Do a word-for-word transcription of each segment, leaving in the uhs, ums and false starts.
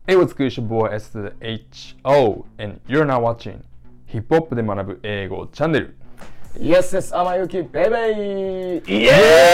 Hey, what's good? It's your boy S to the H O and you're now watching ヒップホップで学ぶ英語チャンネル。 イエスです、あまゆきベイベイイエ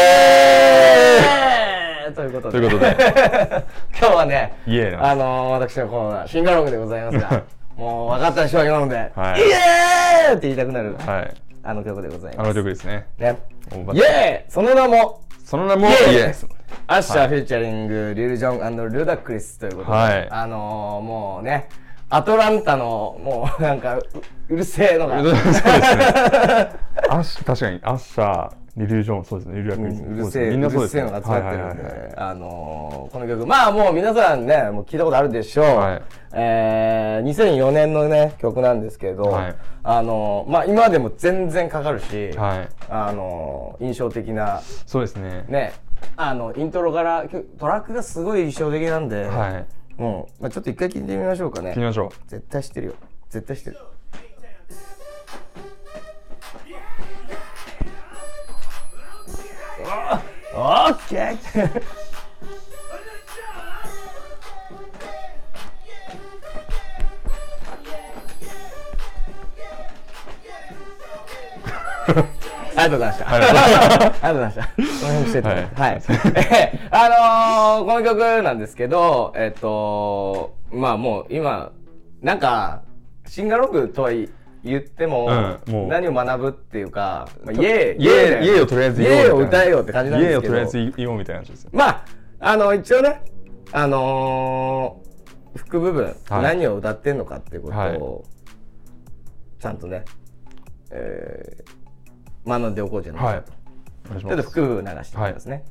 ーイということで、 ということで今日はね、 イエーイなんです。 あのー、私のコーナーシンガロングでございますがもう分かったでしょう今ので、 はい、 イエーイって言いたくなる、 はい、 あの曲でございます。 あの曲ですね。 ね、イエーイ、その名もその名もイエーイ、 アッシャーフューチャリング、リル・ジョン&ルダクリスということで、はい、あのー、もうね、アトランタのもうなんか う, うるせえのがそうですねアッシ確かにアッシャー、リル・ジョン、そうですね、リル・ダクリス、 うん、うるせえ、みんなそうですね、うるせえのが集まってるんで、あのー、この曲、まあもう皆さんね、もう聞いたことあるでしょう、はい、えー、にせんよねんのね曲なんですけど、はい、あのー、まあ今でも全然かかるし、はい、あのー、印象的な、 そうですね、 ね、あのイントロからトラックがすごい印象的なんで、はい、もう、まあ、ちょっと一回聞いてみましょうかね。 聞いてみましょう。 絶対知ってるよ。絶対知ってる。オッケーありがとうございました。ありがとうございました。この辺してて、はい。はい、あのー、この曲なんですけど、えっと、まあもう今、なんか、シンガロングとは言っても、うん、もう何を学ぶっていうか、まあ、イエーイ、 イエーイ、イエーイをとりあえず言おう。 イエーイを歌えよって感じなんですけど。 イエーイをとりあえず言おうみたいな感じですよ。 まあ、あの、一応ね、あのー、副部分、はい、何を歌ってんのかっていうことを、はい、ちゃんとね、えー、学んでおこうじゃないかと。はい、ちょっと副部流してみますね。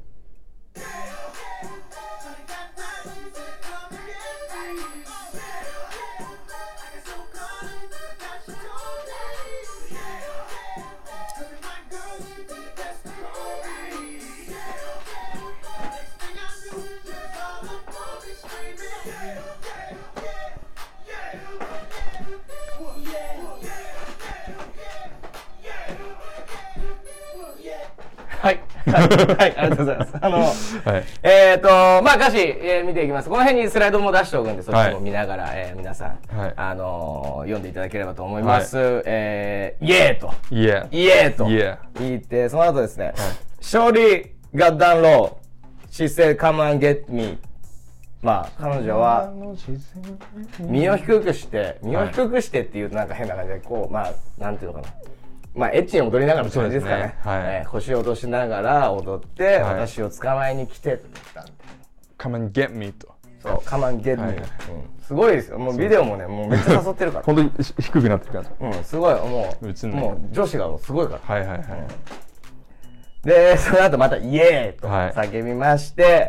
はい、はい、はい、ありがとうございます。あの、はい、えっと、まあ歌詞、えー、見ていきます。この辺にスライドも出しておくんで、そっちも見ながら、はい、えー、皆さん、はい、あのー、読んでいただければと思います。はい、えー、イエーと、 イエー、イエーと言って、その後ですね、はい、Shorty got down low, she said come and get me。まあ彼女は身を低くして、身を低くしてっていうとなんか変な感じで、こう、まあなんていうのかな。まあエッチに踊りながらの感じですかね。はい、えー、腰を落としながら踊って、はい、私を捕まえに来てって言ったんで。 Come and get me と。 そう、Come and get me、はい、うん。すごいですよ。もうビデオもね、もうめっちゃ誘ってるから。 本当に低くなってるから。 うん、すごい、もう、もう女子がすごいから。 はいはいはい。うん、 で、その後またイエーと叫びまして、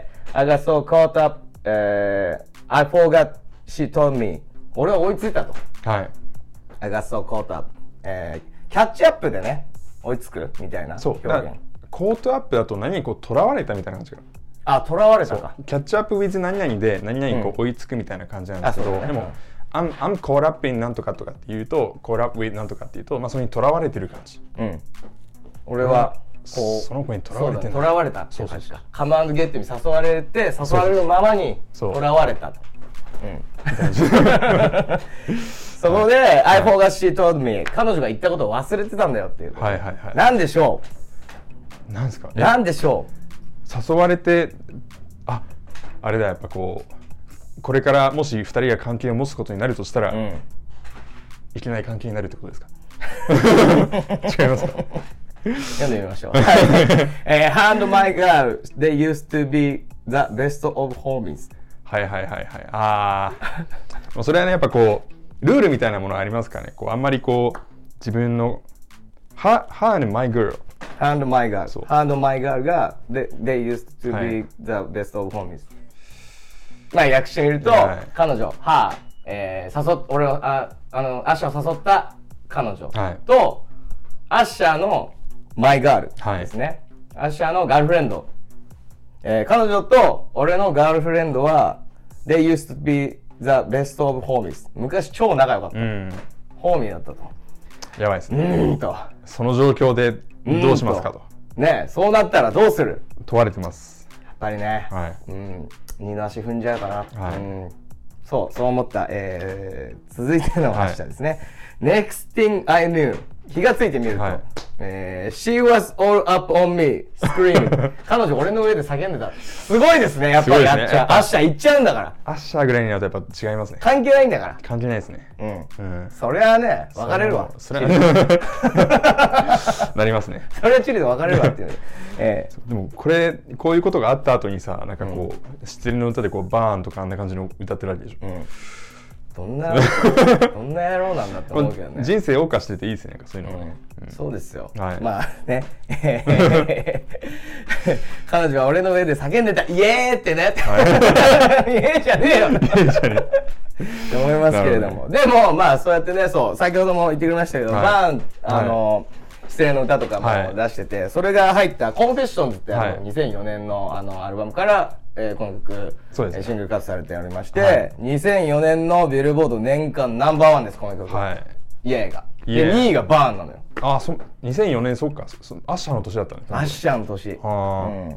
はい、I got so caught up, uh, I forgot she told me. 俺は追いついたと。はい。I got so caught up. えーキャッチアップでね追いつくみたいな表現。そうコートアップだと何にこう囚われたみたいな感じが。 あ、囚われたか。 キャッチアップ with 何々で何々こう追いつくみたいな感じなんですけど、うんね、でも、うん、I'm, I'm caught up in なんとかとかって言うと caught up with なんとかって言うと、まあそれに囚われてる感じ。うん。 俺はこうその子に囚われてる。 囚われたっていう感じか。カムアンドゲットに誘われて誘われるままに囚われたと。うん。そこで、はい、I forgot she told me 彼女が言ったことを忘れてたんだよっていう。はいはいはい。なんでしょう。なんですか。 なんでしょう。 誘われて、あ、あれだやっぱこうこれからもしふたりが関係を持つことになるとしたら、うん、いけない関係になるってことですか。違いますか。 読んでみましょう。えー、Hand my girl, they used to be the best of homies。 はいはいはいはい。ああ、それはねやっぱこう。ルールみたいなものありますかね。こうあんまりこう自分の Her and my girl and my girl and my girl が they, they used to be the best of homies。まあ訳してみると、はい、彼女 Her、えー、誘っ俺をああのアッシャーを誘った彼女、はい、とアッシャーの my girl ですね。はい、アッシャーのガールフレンド、えー、彼女と俺のガールフレンドは they used to be The best of homies。昔超仲良かった。うん、ホーミーだったと。 やばいですね。 うんと。 その状況でどうしますかと。 とねえ、そうなったらどうする？ 問われてます。 やっぱりね。はい。うん。二の足踏んじゃうかな。はい。うん。 そうそう思った、えー、続いての発射ですね、はい、Next thing I knew 気がついてみると、はい、えー、She was all up on me screaming 彼女俺の上で叫んでた。すごいですねやっぱりやっちゃう、ね、アッシャー行っちゃうんだから。 アッシャーぐらいになるとやっぱ違いますね。 関係ないんだから。 関係ないですね。 うん、うん、それはね別れるわ。 それはなりますね。 それはチリで別れるわっていう、ねえー、でもこれこういうことがあった後にさ、なんかこう、うん、失恋の歌でこうバーンとかあんな感じの歌ってるわけでしょ、うん、どんなどんな野郎なんだって思うけどね。 人生謳歌してていいですね、なんかそういうのがね、 うんうん、そうですよ、 はい、 まあね彼女は俺の上で叫んでたイエーってね、はい、イエーじゃねえよって思いますけれども、でもまあそうやってね、そう先ほども言ってくれましたけど、はい、バーンあの、はい、失恋の歌とかも出してて、はい、それが入ったコンフェッションズってあの、はい、にせんよねんのあのアルバムから、えー、この曲、そうですね、シングルカットされておりまして、はい、にせんよねんのビルボード年間ナンバーワンです、この曲、はい、イエーがでにいがバーンなのよ。 ああ、そにせんよねん、そっか、アッシャーの年だったね。 アッシャーの年、うん、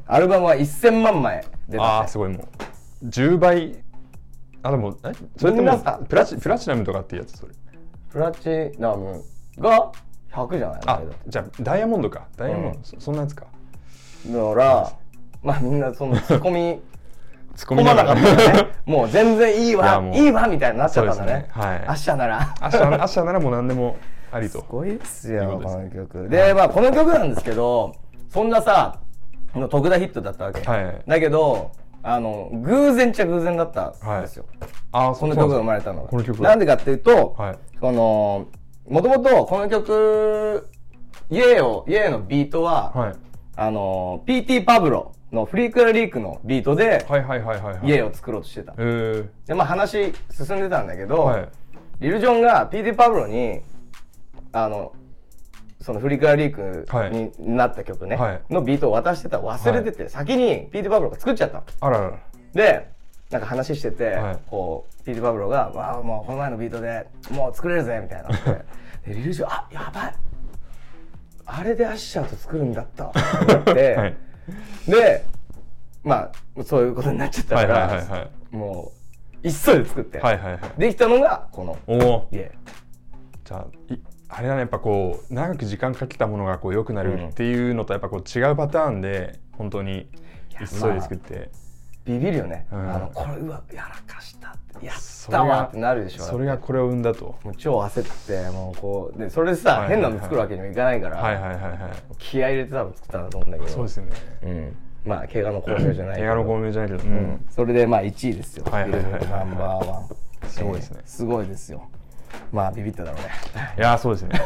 アルバムはせんまんまい出た、ね、 ああすごい、もうじゅうばい。あでもえそれってもうプラチプラチナムとかっていうやつ、それプラチナムがひゃくじゃない？ あ、じゃあダイヤモンドか、ダイヤモンド、うん、そ, そんなやつか。 だからまあみんなそのツッコミツッコまなかったよね。もう全然いいわいいわみたいになっちゃったんだね。はい、アッシャーならアッシャーアッシャーならもう何でもありと。 すごいですよこの曲で、まあこの曲なんですけど、そんなさ特大ヒットだったわけ、はい、だけどあの偶然っちゃ偶然だったんですよ、はい、あこの曲が生まれたのが。この曲なんでかっていうと、はい、このもともとこの曲イエーをイエーのビートは、はい、あの ピーティー パブロのフリークラリークのビートでイエーを作ろうとしてた。でまあ話進んでたんだけど、はい、リル・ジョンが ピーティー パブロにあのそのフリークラリークになった曲ね、はい、のビートを渡してた忘れてて、はい、先に ピーティー パブロが作っちゃったの。 あらら。 でなんか話してて、はい、こう ピーティー パブロが「わあもうこの前のビートでもう作れるぜ」みたいなでリル・ジョン「あやばいあれでアッシャーと作るんだった」って思って、はい、でまあそういうことになっちゃったから、はいはいはいはい、もう急いで作って、はいはいはい、できたのがこの「イエー」。 じゃあいあれだね、やっぱこう長く時間かけたものがこう良くなるっていうのとやっぱこう違うパターンで本当に急いで作って、まあ、 ビビるよね、うん、あのこれうわやらかしたってやったわってなるでしょ。 それがこれを生んだと。 もう超焦ってもうこうでそれでさ、はいはいはい、変なの作るわけにもいかないから、はいはいはいはい、気合い入れて多分作ったんだと思うんだけど。 そうですよね、うん、 まあ怪我の巧妙じゃないけど怪我の巧妙じゃないけど、うん、 それでまあいちいですよ、 はいはいはいはい、 ナンバーワン。 すごいですね、 えー、すごいですよ。まあビビっただろうね。 いやそうですね。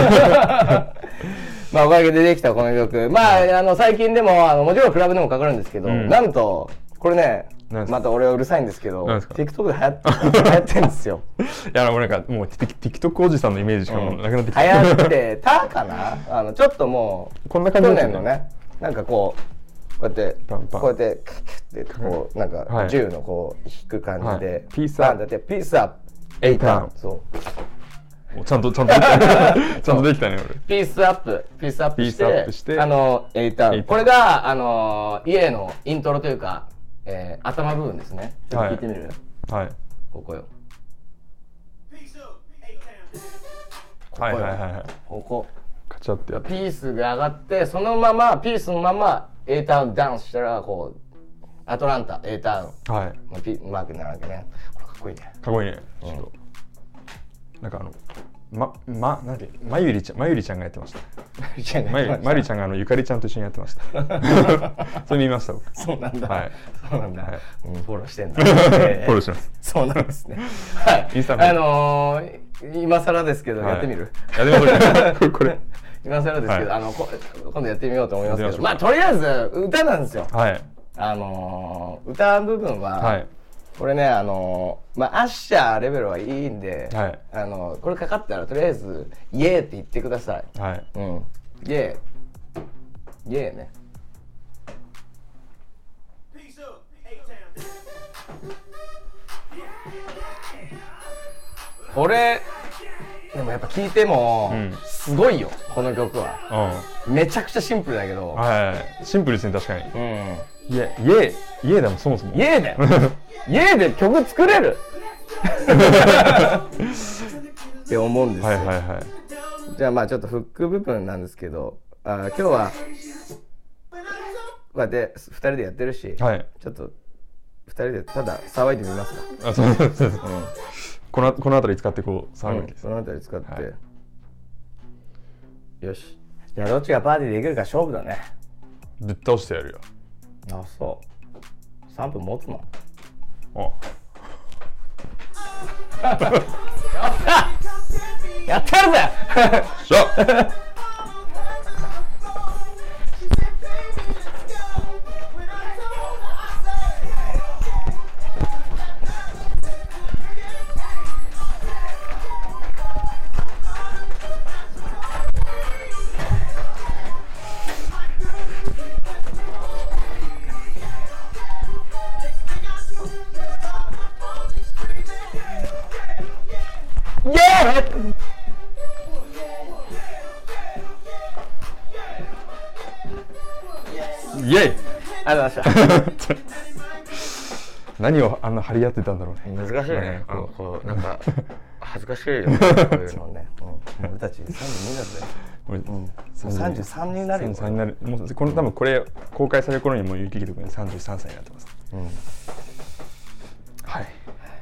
まあおかげでできたこの曲、まああの最近でもあのもちろんクラブでもかかるんですけど、うん、なんとこれねまた俺はうるさいんですけど TikTok で流行って流行ってるんですよ。 いやもうなんかもう TikTok おじさんのイメージしかもなくなってきて、 うん、流行ってたかな。あのちょっともうこんな感じですね。去年のねなんかこうこうやってパンパンこうやってカッってこうなんか銃のこう引く感じで、はい、 ピースアップだってピースアップエイターン。そうちゃんとちゃんとできたちゃんとできたね俺。 ピースアップピースアップして、してあのエイターン。これがあの家のイントロというか、えー、頭部分ですね。ちょっと聞いてみる。はい。ここよ。 はいはいはいはい。 ここ。 カチャってやって。 ピースが上がってそのままピースのままエイターンダウンしたらこうアトランタエイターン。はい。まあ、ピマークになるわけね。これかっこいいね。 かっこいいね。ちょっと。なんかあのままなんてまゆりちゃんまゆりちゃんがやってました。まゆまゆりちゃんがあのゆかりちゃんと一緒にやってました。それ見ました僕。 そうなんだ。はい。そうなんだ。はい、うん、フォローしてんだ。 フォローします。 そうなんですね。はい。インスタあのー、今更ですけど、はい、やってみる。 やってみましょう。これ。 今更ですけど、はい、あのこ今度やってみようと思いますけど、まあとりあえず歌なんですよ。はい。あのー、歌部分は。はい。これねあのー、まあアッシャーレベルはいいんで、はい、あのー、これかかったらとりあえずイエーって言ってください。はい。うん。イエーイエーね。これでもやっぱ聞いても、うん、すごいよこの曲は、うん、めちゃくちゃシンプルだけど、 はい、シンプルですね確かに。うん。イエイエイエイだもんそもそも。 イエイだよ。イエイで曲作れる。 って思うんですよ。 はいはいはい。 じゃあまあちょっとフック部分なんですけど、あ今日はこうやってふたりでやってるし、 はい、 ちょっとふたりでただ騒いでみますか。 あ、そうです、うん、このこの辺り使ってこう騒ぐわけです、 うん、この辺り使って、はい、よし、じゃあどっちがパーティーできるか勝負だね。 ぶっ倒してやるよ。 あ、そうさんぷん持つの。 あやったるぜしょイエイありがとうございました何をあんな張り合ってたんだろうね。 難しいね。あのこうなんか恥ずかしいよね。こういうのね。うん、俺たちさんじゅうにだぜ。うん、さんじゅうさんになるよ。 さんじゅうさんになる。もうこの多分これ公開される頃にもうゆききとくんさんじゅうさんさいになってます。うん、はい。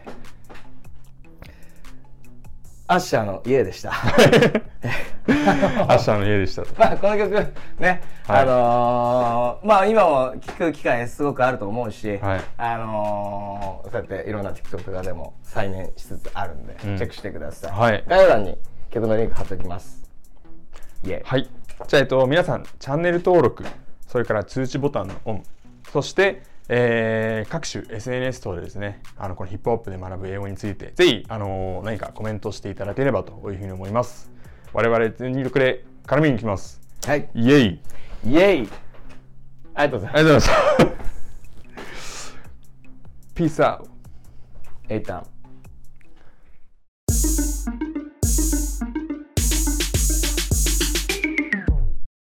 アッシャーの家でした。アッシャーの家でした。 まあこの曲ね、はい、あのー、まあ今も聴く機会すごくあると思うし、はい、あのー、そうやっていろんな TikTok とかでも再燃しつつあるんで、うん、チェックしてください。はい、概要欄に曲のリンク貼っておきます。イエイ。 はい。じゃあえっと皆さんチャンネル登録、それから通知ボタンのオン、そしてえー、各種 エスエヌエス 等でですね、あのこのヒップホップで学ぶ英語についてぜひ、あのー、何かコメントしていただければというふうに思います。我々全力で絡みに来ます。 はい。 イエイ。 イエイ。ありがとうございます。 ありがとうございました。ピースアウト。 エイタン。